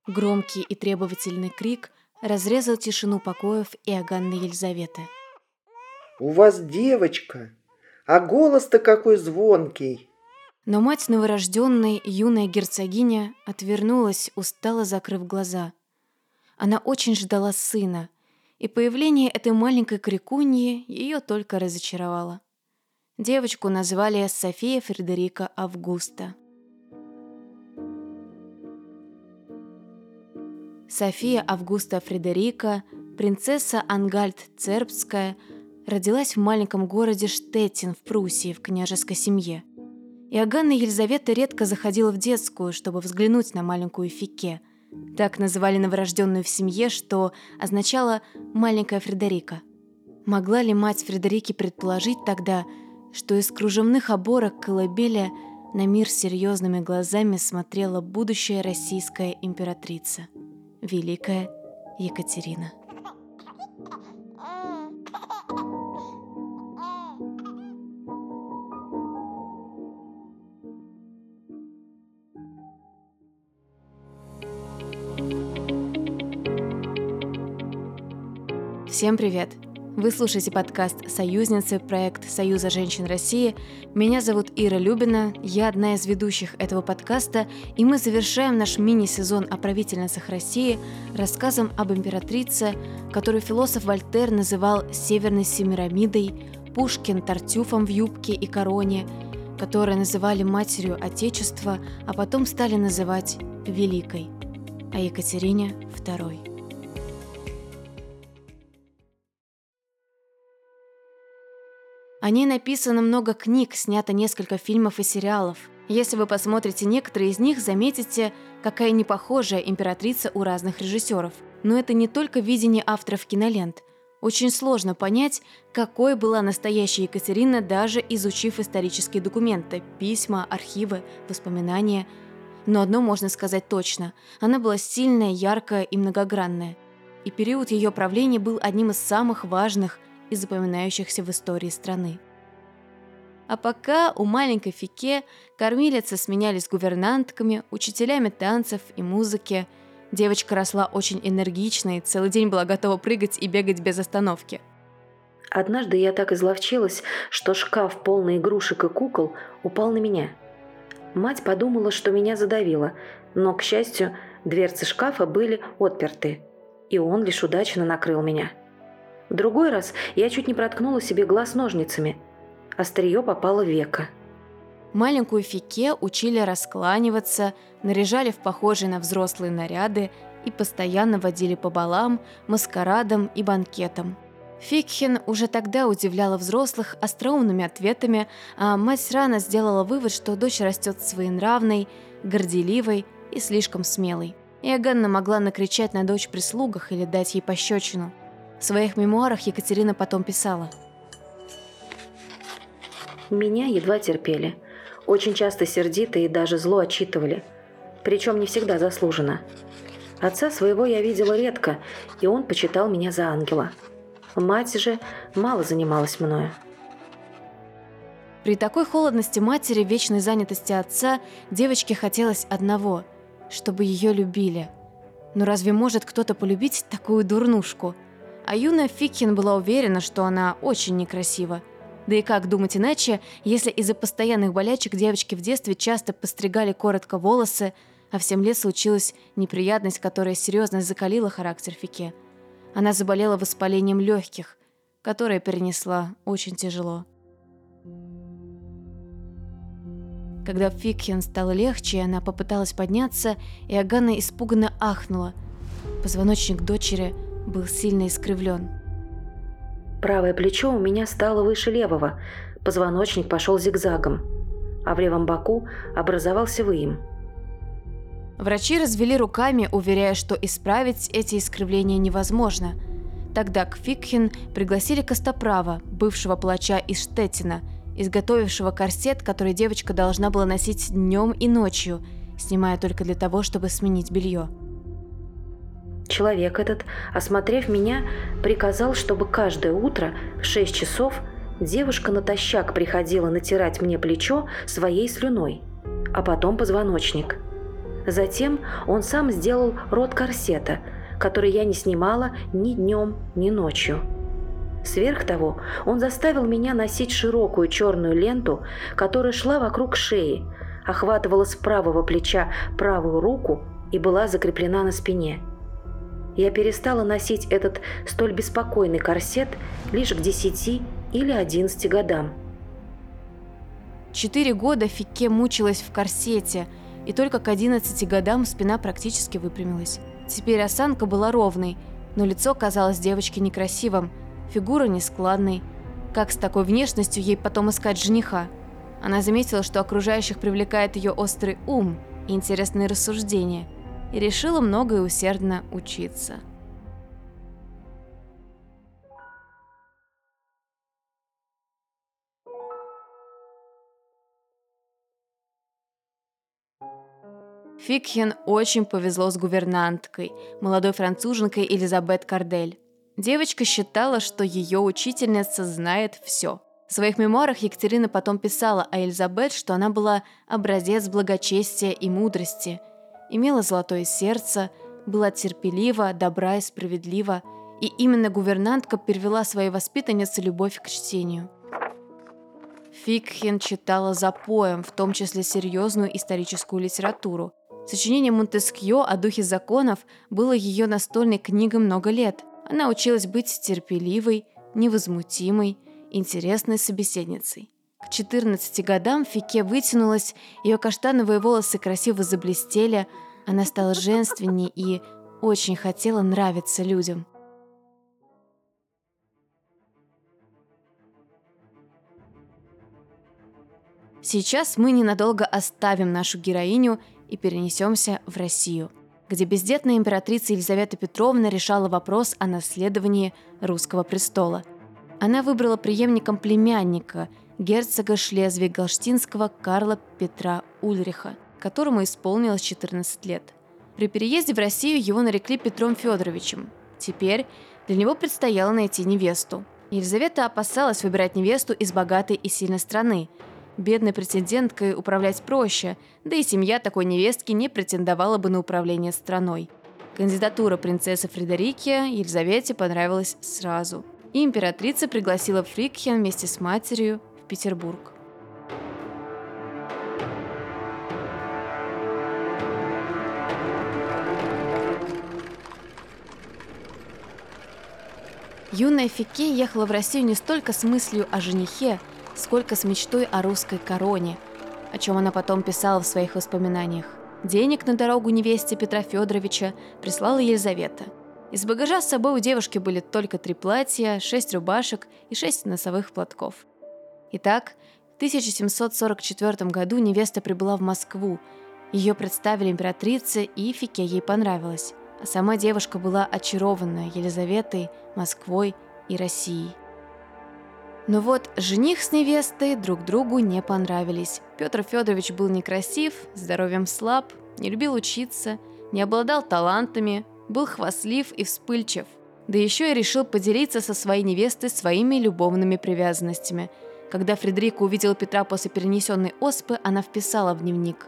Громкий и требовательный крик разрезал тишину покоев Иоганны Елизаветы. «У вас девочка, а голос-то какой звонкий!» Но мать новорожденной, юная герцогиня, отвернулась, устало закрыв глаза. Она очень ждала сына, и появление этой маленькой крикуньи ее только разочаровало. Девочку назвали София Фредерика Августа. София Августа Фредерика, принцесса Ангальт-Цербская, родилась в маленьком городе Штеттин в Пруссии в княжеской семье. Иоганна Елизавета редко заходила в детскую, чтобы взглянуть на маленькую Фике. Так называли новорожденную в семье, что означало «маленькая Фредерика». Могла ли мать Фредерики предположить тогда, что из кружевных оборок колыбели на мир серьезными глазами смотрела будущая российская императрица, великая Екатерина? Всем привет! Вы слушаете подкаст «Союзницы», проект Союза женщин России. Меня зовут Ира Любина, я одна из ведущих этого подкаста, и мы завершаем наш мини-сезон о правительницах России рассказом об императрице, которую философ Вольтер называл «северной Семирамидой», Пушкин «Тартюфом в юбке и короне», которую называли матерью Отечества, а потом стали называть «Великой», о Екатерине II. О ней написано много книг, снято несколько фильмов и сериалов. Если вы посмотрите некоторые из них, заметите, какая непохожая императрица у разных режиссеров. Но это не только видение авторов кинолент. Очень сложно понять, какой была настоящая Екатерина, даже изучив исторические документы, письма, архивы, воспоминания. Но одно можно сказать точно – она была сильная, яркая и многогранная. И период ее правления был одним из самых важных и запоминающихся в истории страны. А пока у маленькой Фике кормилицы сменялись гувернантками, учителями танцев и музыки, девочка росла очень энергичной, целый день была готова прыгать и бегать без остановки. Однажды я так изловчилась, что шкаф, полный игрушек и кукол, упал на меня. Мать подумала, что меня задавило, но, к счастью, дверцы шкафа были отперты, и он лишь удачно накрыл меня. В другой раз я чуть не проткнула себе глаз ножницами. Острие попало в веко. Маленькую Фике учили раскланиваться, наряжали в похожие на взрослые наряды и постоянно водили по балам, маскарадам и банкетам. Фикхен уже тогда удивляла взрослых остроумными ответами, а мать рано сделала вывод, что дочь растет своенравной, горделивой и слишком смелой. Иоганна могла накричать на дочь при слугах или дать ей пощечину. В своих мемуарах Екатерина потом писала: «Меня едва терпели. Очень часто сердито и даже зло отчитывали. Причем не всегда заслуженно. Отца своего я видела редко, и он почитал меня за ангела. Мать же мало занималась мною». При такой холодности матери, вечной занятости отца, девочке хотелось одного – чтобы ее любили. Но разве может кто-то полюбить такую дурнушку? А юная Фикхен была уверена, что она очень некрасива. Да и как думать иначе, если из-за постоянных болячек девочки в детстве часто постригали коротко волосы, а в 7 лет случилась неприятность, которая серьезно закалила характер Фике. Она заболела воспалением легких, которое перенесла очень тяжело. Когда Фикхен стало легче, она попыталась подняться, и Иоганна испуганно ахнула. Позвоночник дочери был сильно искривлен. Правое плечо у меня стало выше левого, позвоночник пошел зигзагом, а в левом боку образовался выем. Врачи развели руками, уверяя, что исправить эти искривления невозможно. Тогда к Фикхен пригласили костоправа, бывшего палача из Штеттина, изготовившего корсет, который девочка должна была носить днем и ночью, снимая только для того, чтобы сменить белье. Человек этот, осмотрев меня, приказал, чтобы каждое утро в 6 часов девушка натощак приходила натирать мне плечо своей слюной, а потом позвоночник. Затем он сам сделал рот корсета, который я не снимала ни днем, ни ночью. Сверх того, он заставил меня носить широкую черную ленту, которая шла вокруг шеи, охватывала с правого плеча правую руку и была закреплена на спине. Я перестала носить этот столь беспокойный корсет лишь к 10 или 11 годам. 4 года Фике мучилась в корсете, и только к 11 годам спина практически выпрямилась. Теперь осанка была ровной, но лицо казалось девочке некрасивым, фигура нескладной. Как с такой внешностью ей потом искать жениха? Она заметила, что окружающих привлекает ее острый ум и интересные рассуждения, и решила много и усердно учиться. Фикхен очень повезло с гувернанткой, молодой француженкой Элизабет Кардель. Девочка считала, что ее учительница знает все. В своих мемуарах Екатерина потом писала о Элизабет, что она была образец благочестия и мудрости, имела золотое сердце, была терпелива, добра и справедлива, и именно гувернантка привела своей воспитаннице любовь к чтению. Фикхен читала запоем, в том числе серьезную историческую литературу. Сочинение Монтескьё о духе законов было ее настольной книгой много лет. Она училась быть терпеливой, невозмутимой, интересной собеседницей. К 14 годам Фике вытянулась, ее каштановые волосы красиво заблестели, она стала женственней и очень хотела нравиться людям. Сейчас мы ненадолго оставим нашу героиню и перенесемся в Россию, где бездетная императрица Елизавета Петровна решала вопрос о наследовании русского престола. Она выбрала преемником племянника, герцога Шлезвиг-Голштинского Карла Петра Ульриха, которому исполнилось 14 лет. При переезде в Россию его нарекли Петром Федоровичем. Теперь для него предстояло найти невесту. Елизавета опасалась выбирать невесту из богатой и сильной страны. Бедной претенденткой управлять проще, да и семья такой невестки не претендовала бы на управление страной. Кандидатура принцессы Фредерики Елизавете понравилась сразу. И императрица пригласила Фрикхен вместе с матерью в Петербург. Юная Фике ехала в Россию не столько с мыслью о женихе, сколько с мечтой о русской короне, о чем она потом писала в своих воспоминаниях. Денег на дорогу невесте Петра Федоровича прислала Елизавета. Из багажа с собой у девушки были только 3 платья, 6 рубашек и 6 носовых платков. Итак, в 1744 году невеста прибыла в Москву. Ее представили императрице, и Фике ей понравилось. А сама девушка была очарована Елизаветой, Москвой и Россией. Но вот жених с невестой друг другу не понравились. Петр Федорович был некрасив, здоровьем слаб, не любил учиться, не обладал талантами, был хвастлив и вспыльчив. Да еще и решил поделиться со своей невестой своими любовными привязанностями. Когда Фредерика увидела Петра после перенесенной оспы, она вписала в дневник: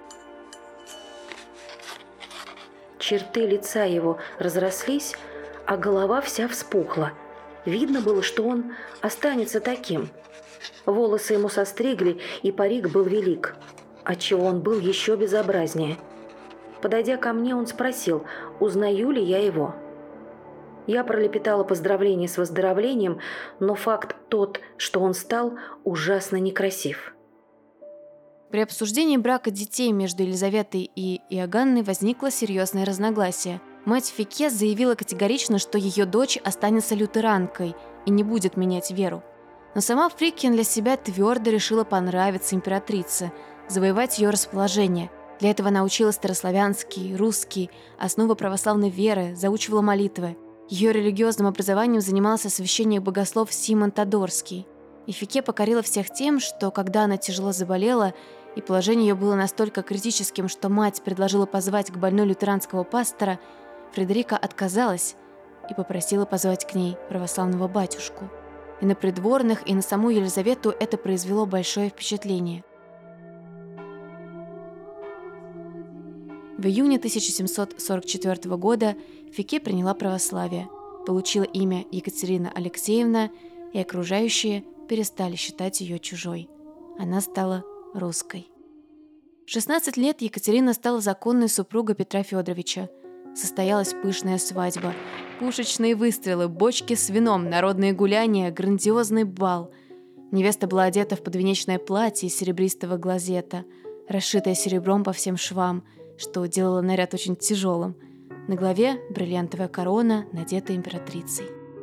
черты лица его разрослись, а голова вся вспухла. Видно было, что он останется таким. Волосы ему состригли, и парик был велик, отчего он был еще безобразнее. Подойдя ко мне, он спросил, узнаю ли я его. Я пролепетала поздравление с выздоровлением, но факт тот, что он стал ужасно некрасив. При обсуждении брака детей между Елизаветой и Иоганной возникло серьезное разногласие. Мать Фике заявила категорично, что ее дочь останется лютеранкой и не будет менять веру. Но сама Фрикхен для себя твердо решила понравиться императрице, завоевать ее расположение. Для этого она учила старославянский, русский, основы православной веры, заучивала молитвы. Ее религиозным образованием занимался священник-богослов Симон Тодорский. И Фике покорила всех тем, что, когда она тяжело заболела, и положение ее было настолько критическим, что мать предложила позвать к больной лютеранского пастора, Фредерика отказалась и попросила позвать к ней православного батюшку. И на придворных, и на саму Елизавету это произвело большое впечатление. В июне 1744 года Фике приняла православие, получила имя Екатерина Алексеевна, и окружающие перестали считать ее чужой. Она стала русской. В 16 лет Екатерина стала законной супругой Петра Федоровича. Состоялась пышная свадьба, пушечные выстрелы, бочки с вином, народные гуляния, грандиозный бал. Невеста была одета в подвенечное платье из серебристого глазета, расшитое серебром по всем швам, что делало наряд очень тяжелым. На голове бриллиантовая корона, надетая императрицей.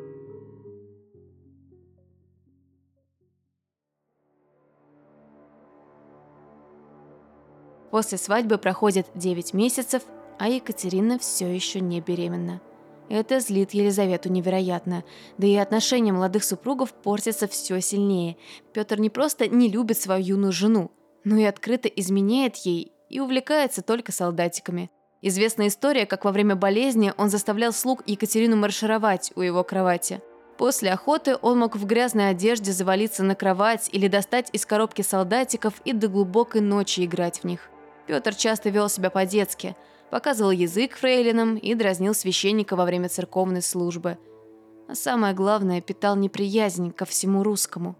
После свадьбы проходит 9 месяцев, а Екатерина все еще не беременна. Это злит Елизавету невероятно, да и отношения молодых супругов портятся все сильнее. Петр не просто не любит свою юную жену, но и открыто изменяет ей и увлекается только солдатиками. Известна история, как во время болезни он заставлял слуг Екатерину маршировать у его кровати. После охоты он мог в грязной одежде завалиться на кровать или достать из коробки солдатиков и до глубокой ночи играть в них. Петр часто вел себя по-детски, показывал язык фрейлинам и дразнил священника во время церковной службы. А самое главное, питал неприязнь ко всему русскому.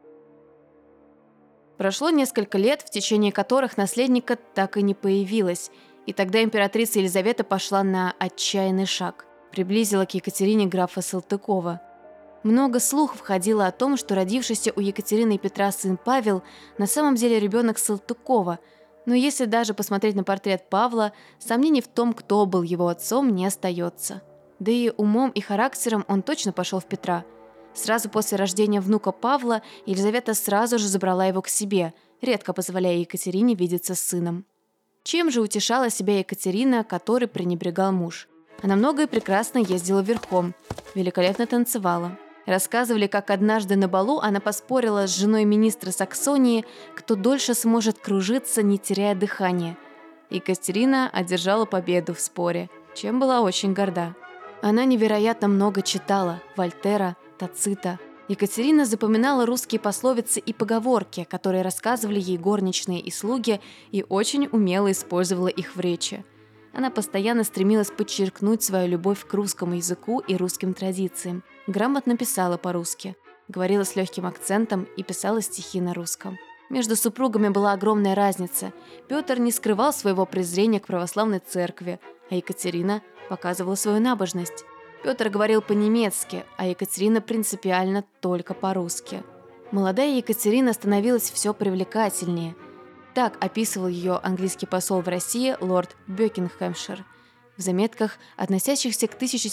Прошло несколько лет, в течение которых наследника так и не появилось, и тогда императрица Елизавета пошла на отчаянный шаг. Приблизила к Екатерине графа Салтыкова. Много слухов ходило о том, что родившийся у Екатерины и Петра сын Павел на самом деле ребенок Салтыкова, но если даже посмотреть на портрет Павла, сомнений в том, кто был его отцом, не остается. Да и умом и характером он точно пошел в Петра. Сразу после рождения внука Павла Елизавета сразу же забрала его к себе, редко позволяя Екатерине видеться с сыном. Чем же утешала себя Екатерина, которой пренебрегал муж? Она много и прекрасно ездила верхом, великолепно танцевала. Рассказывали, как однажды на балу она поспорила с женой министра Саксонии, кто дольше сможет кружиться, не теряя дыхания. Екатерина одержала победу в споре, чем была очень горда. Она невероятно много читала – Вольтера, Тацита. Екатерина запоминала русские пословицы и поговорки, которые рассказывали ей горничные и слуги, и очень умело использовала их в речи. Она постоянно стремилась подчеркнуть свою любовь к русскому языку и русским традициям. Грамотно писала по-русски, говорила с легким акцентом и писала стихи на русском. Между супругами была огромная разница. Петр не скрывал своего презрения к православной церкви, а Екатерина показывала свою набожность. Петр говорил по-немецки, а Екатерина принципиально только по-русски. Молодая Екатерина становилась все привлекательнее. Так описывал ее английский посол в России лорд Бёкингемшир в заметках, относящихся к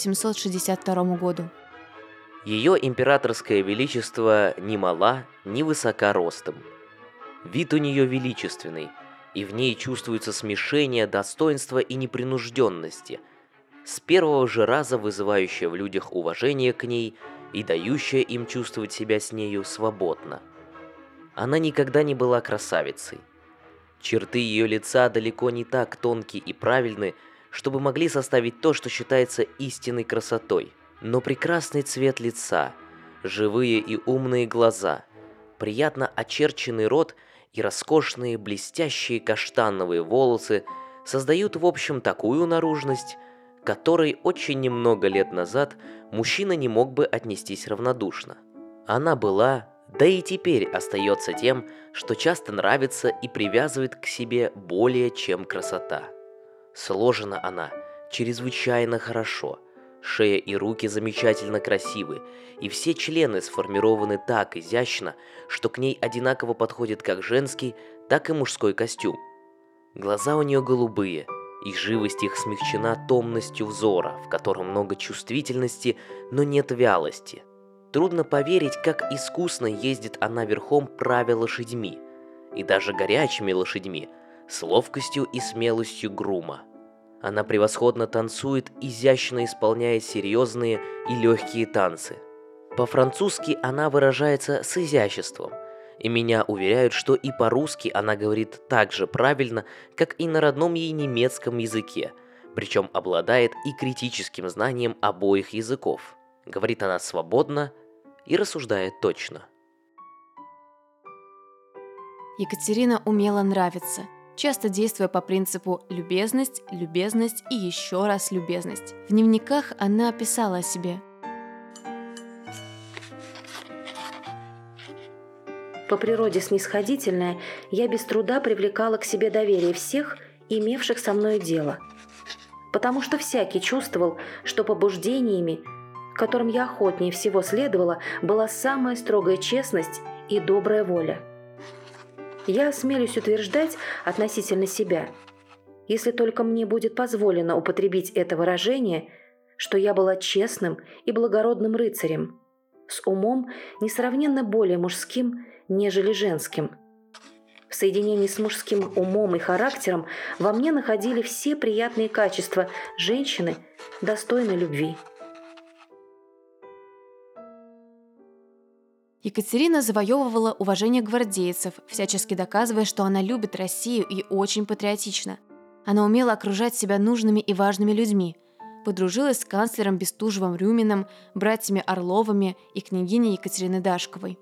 1762 году. Ее императорское величество ни мала, ни высока ростом. Вид у нее величественный, и в ней чувствуется смешение достоинства и непринужденности, с первого же раза вызывающее в людях уважение к ней и дающее им чувствовать себя с нею свободно. Она никогда не была красавицей. Черты ее лица далеко не так тонкие и правильны, чтобы могли составить то, что считается истинной красотой. Но прекрасный цвет лица, живые и умные глаза, приятно очерченный рот и роскошные блестящие каштановые волосы создают в общем такую наружность, к которой очень немного лет назад мужчина не мог бы отнестись равнодушно. Она была, да и теперь остается тем, что часто нравится и привязывает к себе более чем красота. Сложена она чрезвычайно хорошо, шея и руки замечательно красивы, и все члены сформированы так изящно, что к ней одинаково подходит как женский, так и мужской костюм. Глаза у нее голубые, и живость их смягчена томностью взора, в котором много чувствительности, но нет вялости. Трудно поверить, как искусно ездит она верхом, правя лошадьми, и даже горячими лошадьми, с ловкостью и смелостью грума. Она превосходно танцует, изящно исполняя серьезные и легкие танцы. По-французски она выражается с изяществом, и меня уверяют, что и по-русски она говорит так же правильно, как и на родном ей немецком языке, причем обладает и критическим знанием обоих языков. Говорит она свободно и рассуждает точно. Екатерина умела нравиться. часто действуя по принципу «любезность, любезность и еще раз любезность». В дневниках она писала о себе: По природе снисходительная, я без труда привлекала к себе доверие всех, имевших со мной дело. Потому что всякий чувствовал, что побуждениями, которым я охотнее всего следовала, была самая строгая честность и добрая воля. Я осмелюсь утверждать относительно себя, если только мне будет позволено употребить это выражение, что я была честным и благородным рыцарем, с умом несравненно более мужским, нежели женским. В соединении с мужским умом и характером во мне находили все приятные качества женщины, достойной любви. Екатерина завоевывала уважение гвардейцев, всячески доказывая, что она любит Россию и очень патриотична. Она умела окружать себя нужными и важными людьми. Подружилась с канцлером Бестужевым-Рюминым, братьями Орловыми и княгиней Екатериной Дашковой.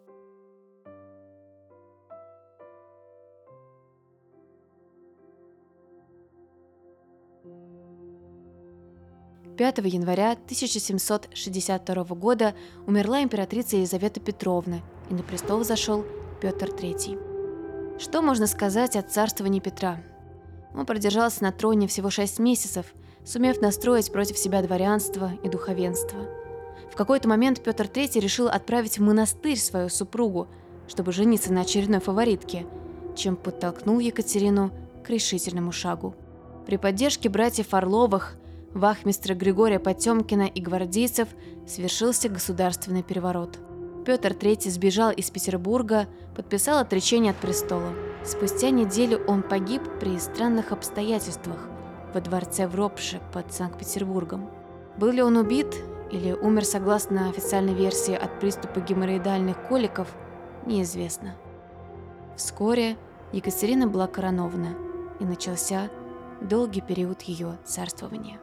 «5 января 1762 года умерла императрица Елизавета Петровна, и на престол взошел Петр III. Что можно сказать о царствовании Петра? Он продержался на троне всего 6 месяцев, сумев настроить против себя дворянство и духовенство. В какой-то момент Петр III решил отправить в монастырь свою супругу, чтобы жениться на очередной фаворитке, чем подтолкнул Екатерину к решительному шагу. При поддержке братьев Орловых, вахмистра Григория Потемкина и гвардейцев свершился государственный переворот. Петр III сбежал из Петербурга, подписал отречение от престола. Спустя неделю он погиб при странных обстоятельствах во дворце в Ропше под Санкт-Петербургом. Был ли он убит или умер, согласно официальной версии, от приступа геморроидальных коликов, неизвестно. Вскоре Екатерина была коронована, и начался долгий период ее царствования.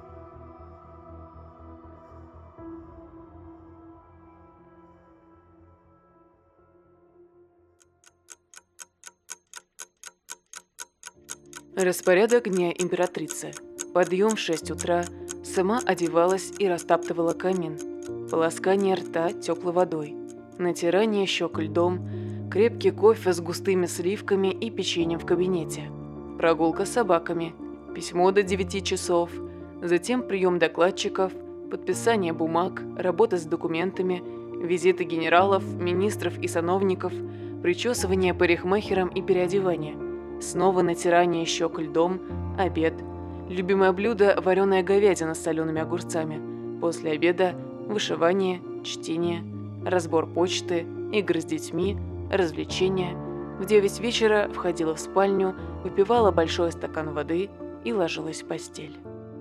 Распорядок дня императрицы. Подъем в 6 утра, сама одевалась и растаптывала камин. Полоскание рта теплой водой, натирание щек льдом, крепкий кофе с густыми сливками и печеньем в кабинете, прогулка с собаками, письмо до 9 часов, затем прием докладчиков, подписание бумаг, работа с документами, визиты генералов, министров и сановников, причесывание парикмахером и переодевание. Снова натирание щек льдом, обед. Любимое блюдо – вареная говядина с солеными огурцами. После обеда – вышивание, чтение, разбор почты, игры с детьми, развлечения. В 9 вечера входила в спальню, выпивала большой стакан воды и ложилась в постель.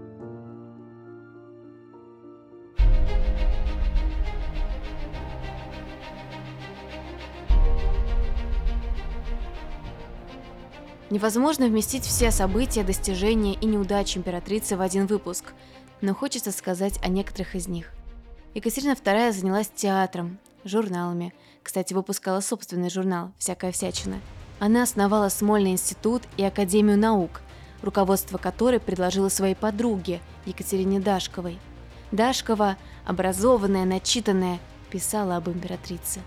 Невозможно вместить все события, достижения и неудачи императрицы в один выпуск, но хочется сказать о некоторых из них. Екатерина II занялась театром, журналами. Кстати, выпускала собственный журнал «Всякая всячина». Она основала Смольный институт и Академию наук, руководство которой предложила своей подруге Екатерине Дашковой. Дашкова, образованная, начитанная, писала об императрице.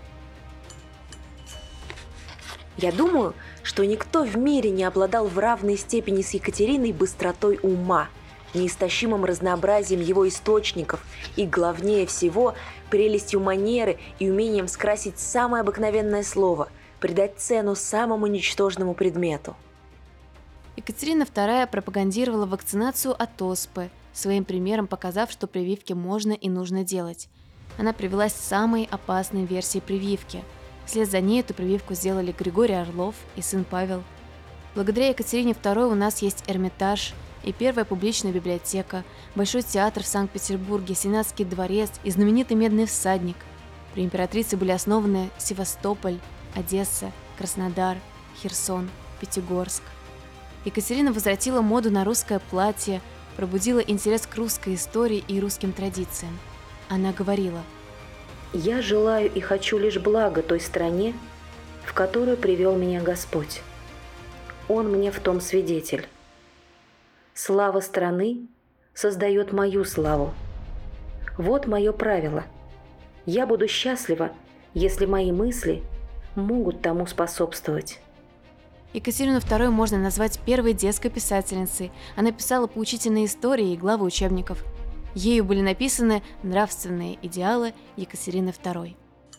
Я думаю, что никто в мире не обладал в равной степени с Екатериной быстротой ума, неистощимым разнообразием его источников и, главнее всего, прелестью манеры и умением скрасить самое обыкновенное слово, придать цену самому ничтожному предмету. Екатерина II пропагандировала вакцинацию от оспы, своим примером показав, что прививки можно и нужно делать. Она привилась самой опасной версией прививки. Вслед за ней эту прививку сделали Григорий Орлов и сын Павел. Благодаря Екатерине II у нас есть Эрмитаж и первая публичная библиотека, Большой театр в Санкт-Петербурге, Сенатский дворец и знаменитый Медный всадник. При императрице были основаны Севастополь, Одесса, Краснодар, Херсон, Пятигорск. Екатерина возвратила моду на русское платье, пробудила интерес к русской истории и русским традициям. Она говорила: «Я желаю и хочу лишь блага той стране, в которую привел меня Господь. он мне в том свидетель. Слава страны создает мою славу. Вот мое правило. Я буду счастлива, если мои мысли могут тому способствовать. Екатерину II можно назвать первой детской писательницей. Она писала поучительные истории и главы учебников. Ею были написаны нравственные идеалы Екатерины II.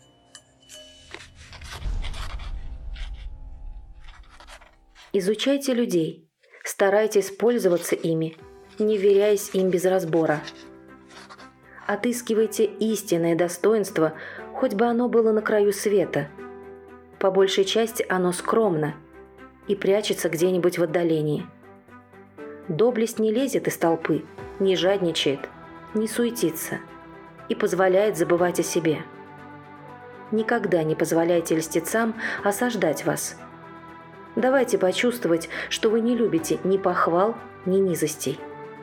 Изучайте людей, старайтесь пользоваться ими, не вверяясь им без разбора. Отыскивайте истинное достоинство, хоть бы оно было на краю света. По большей части оно скромно и прячется где-нибудь в отдалении. Доблесть не лезет из толпы, не жадничает, не суетится и позволяет забывать о себе. Никогда не позволяйте льстецам осаждать вас. Давайте почувствовать, что вы не любите ни похвал, ни низостей.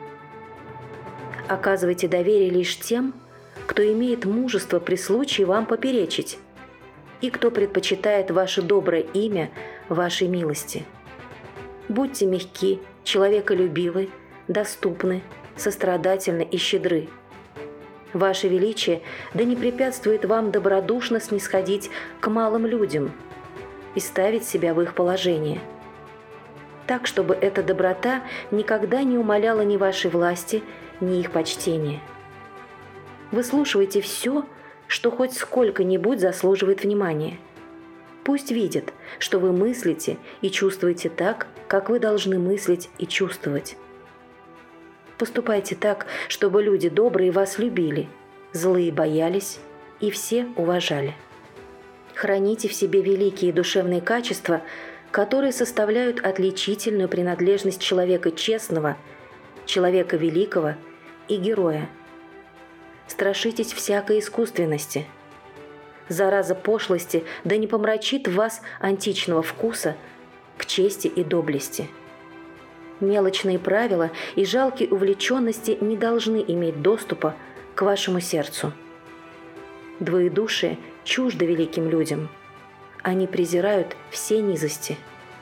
Оказывайте доверие лишь тем, кто имеет мужество при случае вам поперечить и кто предпочитает ваше доброе имя вашей милости. Будьте мягки, человеколюбивы, доступны, сострадательны и щедры. Ваше величие да не препятствует вам добродушно снисходить к малым людям и ставить себя в их положение. Так, чтобы эта доброта никогда не умаляла ни вашей власти, ни их почтения. Выслушивайте все, что хоть сколько-нибудь заслуживает внимания. Пусть видят, что вы мыслите и чувствуете так, как вы должны мыслить и чувствовать. Поступайте так, чтобы люди добрые вас любили, злые боялись и все уважали. Храните в себе великие душевные качества, которые составляют отличительную принадлежность человека честного, человека великого и героя. Страшитесь всякой искусственности. Зараза пошлости да не помрачит в вас античного вкуса к чести и доблести. Мелочные правила и жалкие увлеченности не должны иметь доступа к вашему сердцу. Двоедушие чуждо великим людям. Они презирают все низости.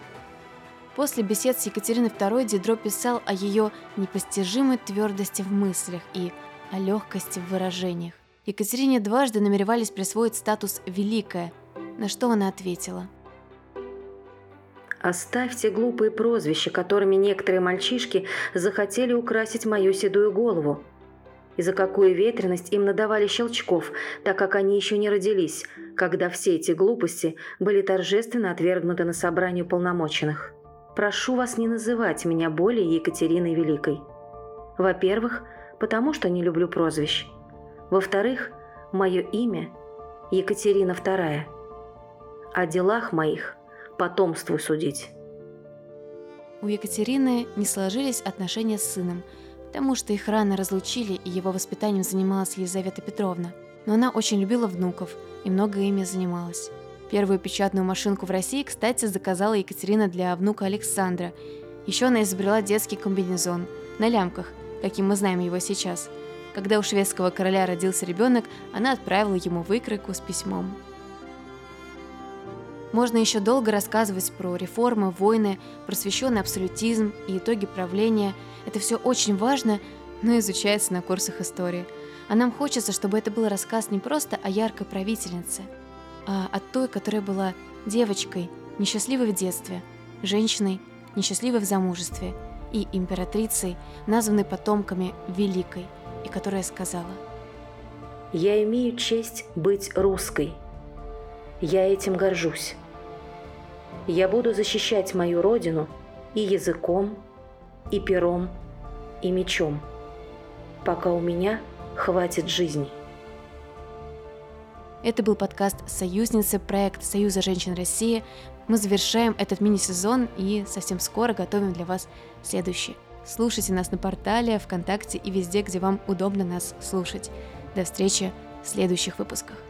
После бесед с Екатериной II Дидро писал о ее непостижимой твердости в мыслях и о легкости в выражениях. Екатерине дважды намеревались присвоить статус «Великая», на что она ответила: «Оставьте глупые прозвища, которыми некоторые мальчишки захотели украсить мою седую голову. И за какую ветреность им надавали щелчков, так как они еще не родились, когда все эти глупости были торжественно отвергнуты на собрании уполномоченных. Прошу вас не называть меня более Екатериной Великой. Во-первых, потому что не люблю прозвищ. Во-вторых, мое имя Екатерина II. О делах моих потомству судить». У Екатерины не сложились отношения с сыном, потому что их рано разлучили, и его воспитанием занималась Елизавета Петровна. Но она очень любила внуков и много ими занималась. Первую печатную машинку в России, кстати, заказала Екатерина для внука Александра. Еще она изобрела детский комбинезон на лямках, каким мы знаем его сейчас. Когда у шведского короля родился ребенок, она отправила ему выкройку с письмом. Можно еще долго рассказывать про реформы, войны, просвещенный абсолютизм и итоги правления. Это все очень важно, но изучается на курсах истории. А нам хочется, чтобы это был рассказ не просто о яркой правительнице, а о той, которая была девочкой, несчастливой в детстве, женщиной, несчастливой в замужестве, и императрицей, названной потомками Великой, и которая сказала: «Я имею честь быть русской. Я этим горжусь. Я буду защищать мою родину и языком, и пером, и мечом, пока у меня хватит жизни». Это был подкаст «Союзницы», проект Союза женщин России. Мы завершаем этот мини-сезон и совсем скоро готовим для вас следующий. Слушайте нас на портале, ВКонтакте и везде, где вам удобно нас слушать. До встречи в следующих выпусках.